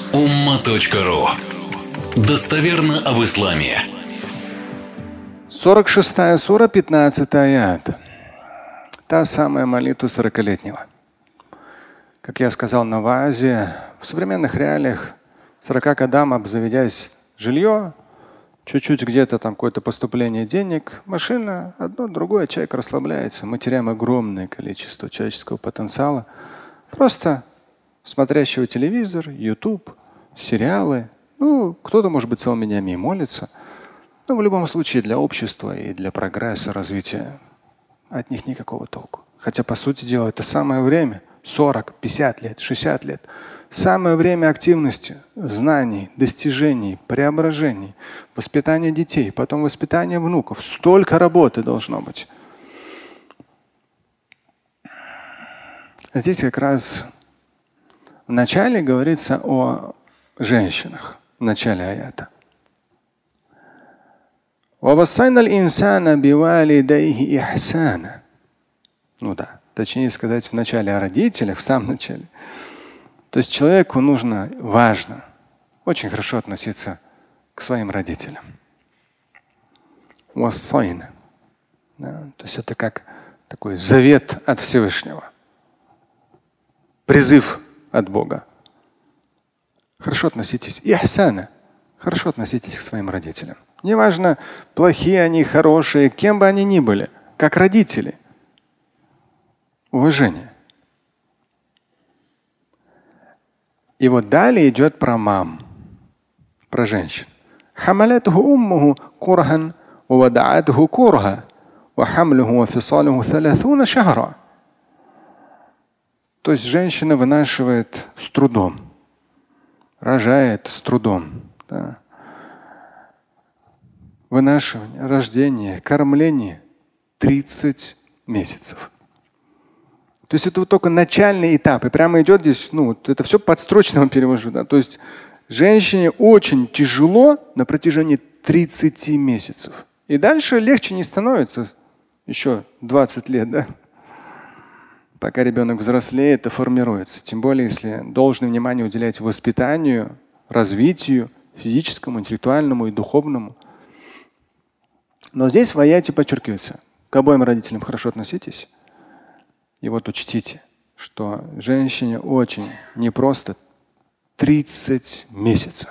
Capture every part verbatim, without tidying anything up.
умма точка ру. Достоверно об исламе. сорок шестая сура, пятнадцатая аят. Та самая молитва сорокалетнего. Как я сказал на ваазе, в современных реалиях сорока годам, обзаведясь жилье, чуть-чуть где-то там какое-то поступление денег, машина, одно, другое, человек расслабляется. Мы теряем огромное количество человеческого потенциала, просто смотрящего телевизор, YouTube, сериалы. Ну, кто-то, может быть, целыми днями и молится. Но в любом случае для общества и для прогресса, развития от них никакого толку. Хотя, по сути дела, это самое время. сорок, пятьдесят лет, шестьдесят лет. Самое время активности, знаний, достижений, преображений, воспитания детей, потом воспитания внуков. Столько работы должно быть. Здесь как раз в начале говорится о женщинах. В начале аята. وَوَصَّيْنَا الْإِنسَانَ بِوَالِدَيْهِ إِحْسَانًا. Ну да, точнее сказать, в начале о родителях, в самом начале. То есть человеку нужно, важно, очень хорошо относиться к своим родителям. وَصَّيْنَا. Да, то есть это как такой завет от Всевышнего. Призыв от Бога. Хорошо относитесь. Ихсана. Хорошо относитесь к своим родителям. Неважно, плохие они, хорошие, кем бы они ни были, как родители. Уважение. И вот далее идет про мам, про женщин. حملته أمه كرها ووضعته كرها وحمله وفصاله ثلاثون شهرا. То есть женщина вынашивает с трудом, рожает с трудом. Да. Вынашивание, рождение, кормление тридцать месяцев. То есть это вот только начальный этап. И прямо идет здесь, ну, вот это все подстрочно перевожу. Да? То есть женщине очень тяжело на протяжении тридцати месяцев. И дальше легче не становится еще двадцать лет. Да? Пока ребенок взрослеет и формируется. Тем более, если должное внимание уделять воспитанию, развитию, физическому, интеллектуальному и духовному. Но здесь в аяте подчеркивается: к обоим родителям хорошо относитесь. И вот учтите, что женщине очень непросто тридцать месяцев.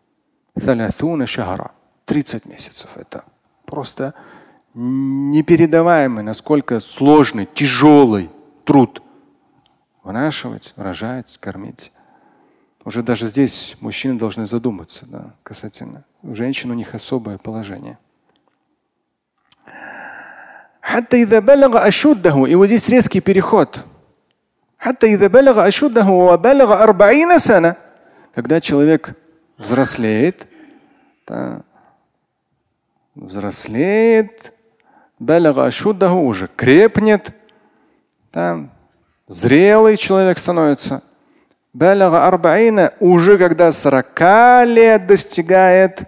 тридцать месяцев. Это просто непередаваемый, насколько сложный, тяжелый труд. Вынашивать, рожать, кормить. Уже даже здесь мужчины должны задуматься, да, касательно. У женщин у них особое положение. И вот здесь резкий переход. Когда человек взрослеет, да, взрослеет, уже крепнет, да, зрелый человек становится. Уже когда сорока лет достигает,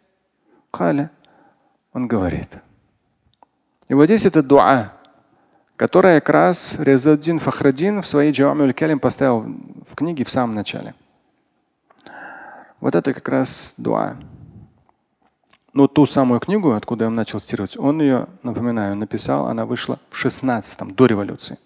он говорит. И вот здесь это дуа, которое как раз Резаддин Фахраддин в своей Джавамиль Калим поставил в книге в самом начале. Вот это как раз дуа. Но ту самую книгу, откуда я начал цитировать, он ее, напоминаю, написал, она вышла в шестнадцатом, до революции.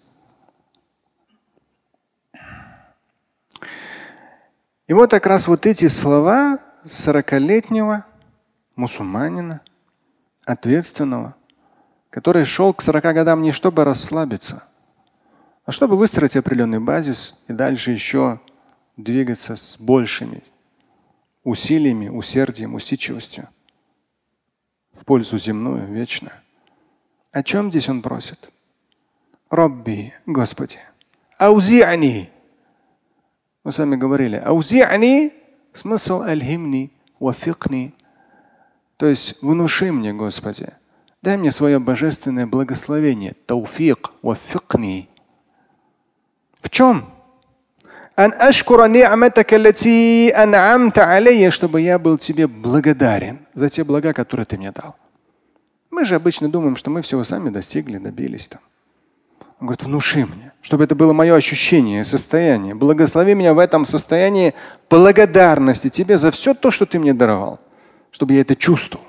И вот как раз вот эти слова сорокалетнего мусульманина, ответственного, который шел к сорока годам не чтобы расслабиться, а чтобы выстроить определенный базис и дальше еще двигаться с большими усилиями, усердием, усидчивостью в пользу земную, вечную. О чем здесь он просит? Рабби, Господи, аузи'ани. Мы с вами говорили, аузи'ани, смысл альхимни, вафикни. То есть внуши мне, Господи. Дай мне свое божественное благословение. Тауфик, вафикни. В чем? Ан ашкура ни'матака аллати ан'амта алейя, чтобы я был тебе благодарен за те блага, которые ты мне дал. Мы же обычно думаем, что мы всего сами достигли, добились там. Он говорит, внуши мне, чтобы это было мое ощущение, состояние. Благослови меня в этом состоянии благодарности тебе за все то, что ты мне даровал, чтобы я это чувствовал.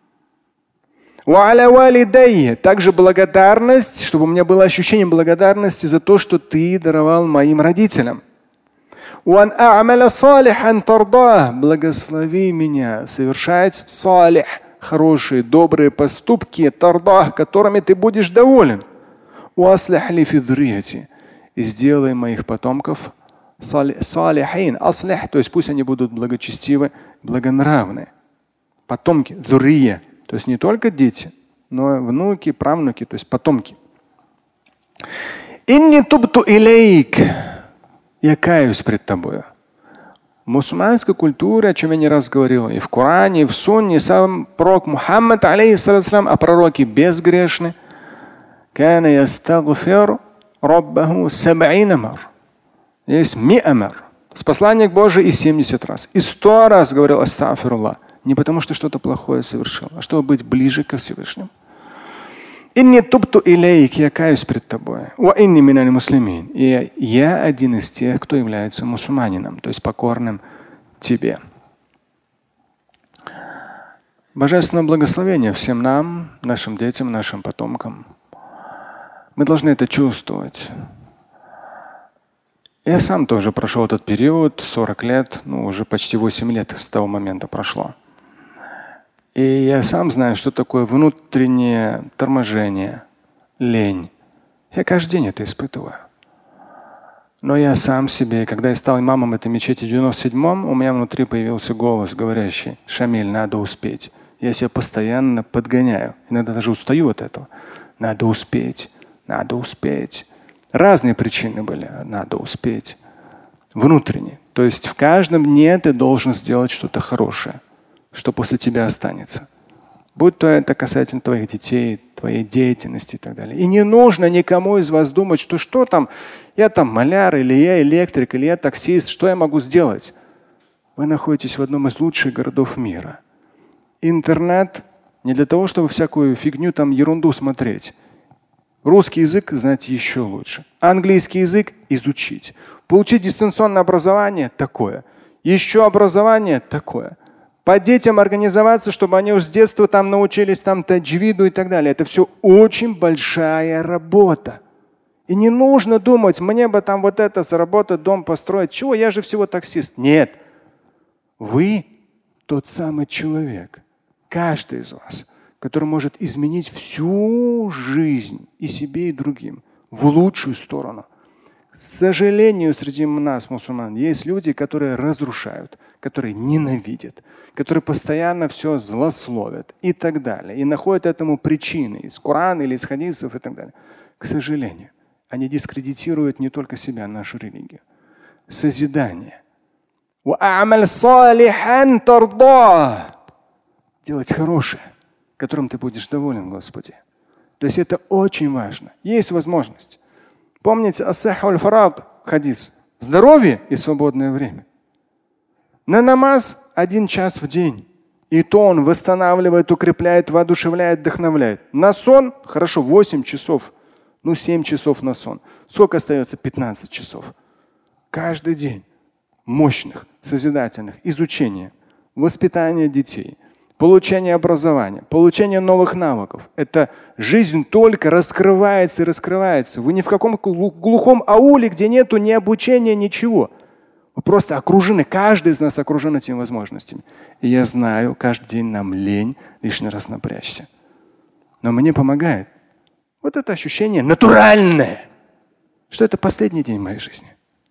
Также благодарность, чтобы у меня было ощущение благодарности за то, что ты даровал моим родителям. Благослови меня совершать салих, хорошие, добрые поступки, тардах, которыми ты будешь доволен. И сделай моих потомков салихин, аслих, то есть пусть они будут благочестивы, благонравны. Потомки, зурия, то есть не только дети, но и внуки, правнуки, то есть потомки. Инни тубту илейк. Я каюсь пред тобою. В мусульманской культуре, о чем я не раз говорил, и в Коране, и в Сунне, сам пророк Мухаммад, алейхиссалям, а пророки безгрешны. Кана ястагфир раббаху саб'ина мар. Есть ми'амар. Посланник Божий и семьдесят раз. И сто раз говорил астагфируллах. Не потому, что что-то плохое совершил, а чтобы быть ближе ко Всевышнему. Инни тубту илейк, я каюсь пред тобой. Ва инни миналь муслимин. И я один из тех, кто является мусульманином, то есть покорным тебе. Божественное благословение всем нам, нашим детям, нашим потомкам. Мы должны это чувствовать. Я сам тоже прошел этот период, сорок лет, ну уже почти восемь лет с того момента прошло. И я сам знаю, что такое внутреннее торможение, лень. Я каждый день это испытываю. Но я сам себе, когда я стал имамом этой мечети в девяносто седьмом, у меня внутри появился голос, говорящий: Шамиль, надо успеть. Я себя постоянно подгоняю. Иногда даже устаю от этого. Надо успеть, надо успеть. Разные причины были. Надо успеть. Внутренне. То есть в каждом дне ты должен сделать что-то хорошее, что после тебя останется. Будь то это касательно твоих детей, твоей деятельности и так далее. И не нужно никому из вас думать, что что там, я там маляр, или я электрик, или я таксист, что я могу сделать. Вы находитесь в одном из лучших городов мира. Интернет не для того, чтобы всякую фигню, там ерунду смотреть. Русский язык знать еще лучше. Английский язык изучить. Получить дистанционное образование такое. Еще образование такое. По детям организоваться, чтобы они уже с детства там научились там таджвиду и так далее. Это все очень большая работа. И не нужно думать, мне бы там вот это заработать, дом построить. Чего? Я же всего таксист. Нет. Вы тот самый человек, каждый из вас, который может изменить всю жизнь и себе, и другим в лучшую сторону. К сожалению, среди нас, мусульман, есть люди, которые разрушают, которые ненавидят, которые постоянно все злословят и так далее. И находят этому причины из Корана или из хадисов и так далее. К сожалению, они дискредитируют не только себя, нашу религию. Созидание. Делать хорошее, которым ты будешь доволен, Господи. То есть это очень важно. Есть возможность. Помните ас-сихха валь-фараг, хадис. Здоровье и свободное время. На намаз один час в день. И то он восстанавливает, укрепляет, воодушевляет, вдохновляет. На сон хорошо, восемь часов. Ну, семь часов на сон. Сколько остается? пятнадцать часов. Каждый день. Мощных, созидательных. Изучение, воспитание детей, получение образования, получение новых навыков. Это жизнь только раскрывается и раскрывается. Вы ни в каком глухом ауле, где нету ни обучения, ничего. Вы просто окружены, каждый из нас окружен этими возможностями. И я знаю, каждый день нам лень лишний раз напрячься. Но мне помогает вот это ощущение натуральное, что это последний день моей жизни.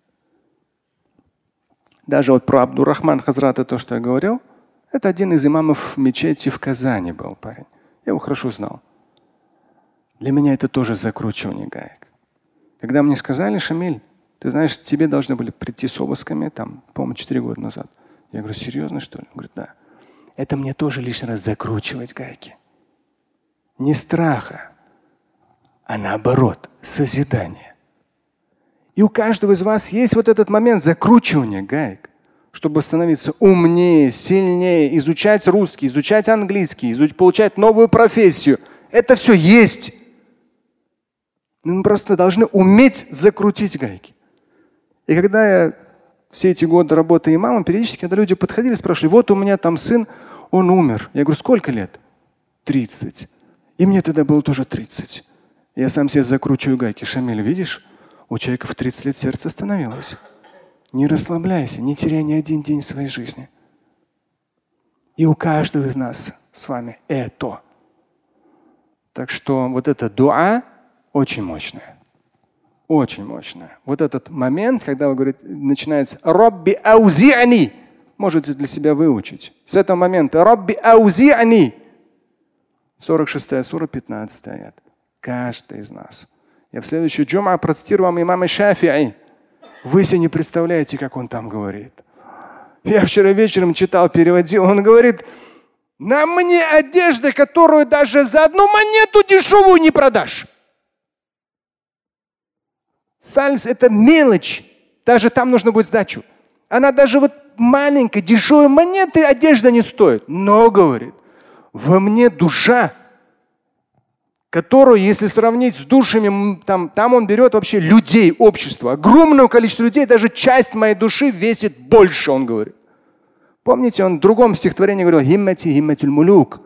Даже вот про Абдур-Рахман Хазрата, то, что я говорил, это один из имамов мечети в Казани был парень. Я его хорошо знал. Для меня это тоже закручивание гаек. Когда мне сказали: Шамиль, ты знаешь, тебе должны были прийти с обысками, там, по-моему, четыре года назад. Я говорю: серьезно, что ли? Он говорит: да. Это мне тоже лишний раз закручивать гайки. Не страха, а наоборот, созидание. И у каждого из вас есть вот этот момент закручивания гаек, чтобы становиться умнее, сильнее, изучать русский, изучать английский, изуч- получать новую профессию. Это все есть. Мы просто должны уметь закрутить гайки. И когда я все эти годы работы имамом, периодически, когда люди подходили, спрашивали, вот у меня там сын, он умер. Я говорю, сколько лет? тридцать. И мне тогда было тоже тридцать. Я сам себе закручиваю гайки. Шамиль, видишь, у человека в тридцать лет сердце остановилось. Не расслабляйся, не теряй ни один день своей жизни. И у каждого из нас с вами это. Так что вот это дуа очень мощное. Очень мощное. Вот этот момент, когда вы говорите, начинается «Рабби аузи'ани», можете для себя выучить. С этого момента «Рабби аузи'ани». сорок шестая сура, пятнадцатый аят. Каждый из нас. Я в следующую джум'а процитирую вам имама Шафи'и. Вы себе не представляете, как он там говорит. Я вчера вечером читал, переводил. Он говорит, на мне одежда, которую даже за одну монету дешевую не продашь. Фальс – это мелочь. Даже там нужно будет сдачу. Она даже вот маленькая, дешевая монеты одежда не стоит. Но, говорит, во мне душа, которую, если сравнить с душами, там, там он берет вообще людей, общество. Огромное количество людей, даже часть моей души весит больше, он говорит. Помните, он в другом стихотворении говорил, «Химмати химматюль мулюк».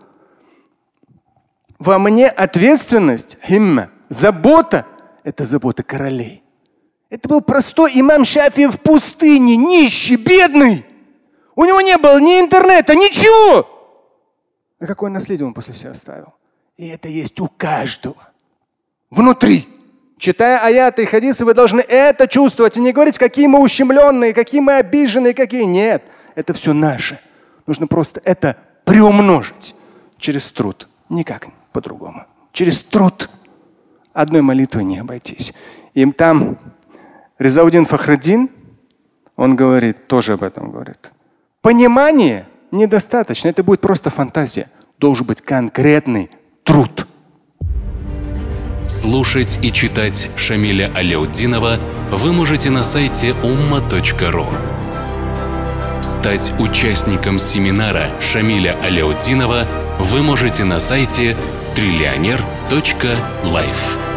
Во мне ответственность, химма, забота – это забота королей. Это был простой имам Шафии в пустыне, нищий, бедный. У него не было ни интернета, ничего. А какое наследие он после себя оставил? И это есть у каждого. Внутри. Читая аяты и хадисы, вы должны это чувствовать. И не говорить, какие мы ущемленные, какие мы обиженные, какие. Нет. Это все наше. Нужно просто это приумножить через труд. Никак по-другому. Через труд. Одной молитвой не обойтись. И там Резаудин Фахраддин, он говорит, тоже об этом говорит. Понимание недостаточно. Это будет просто фантазия. Должен быть конкретный труд. Слушать и читать Шамиля Аляутдинова вы можете на сайте умма точка ру. Стать участником семинара Шамиля Аляутдинова вы можете на сайте триллионер точка лайф.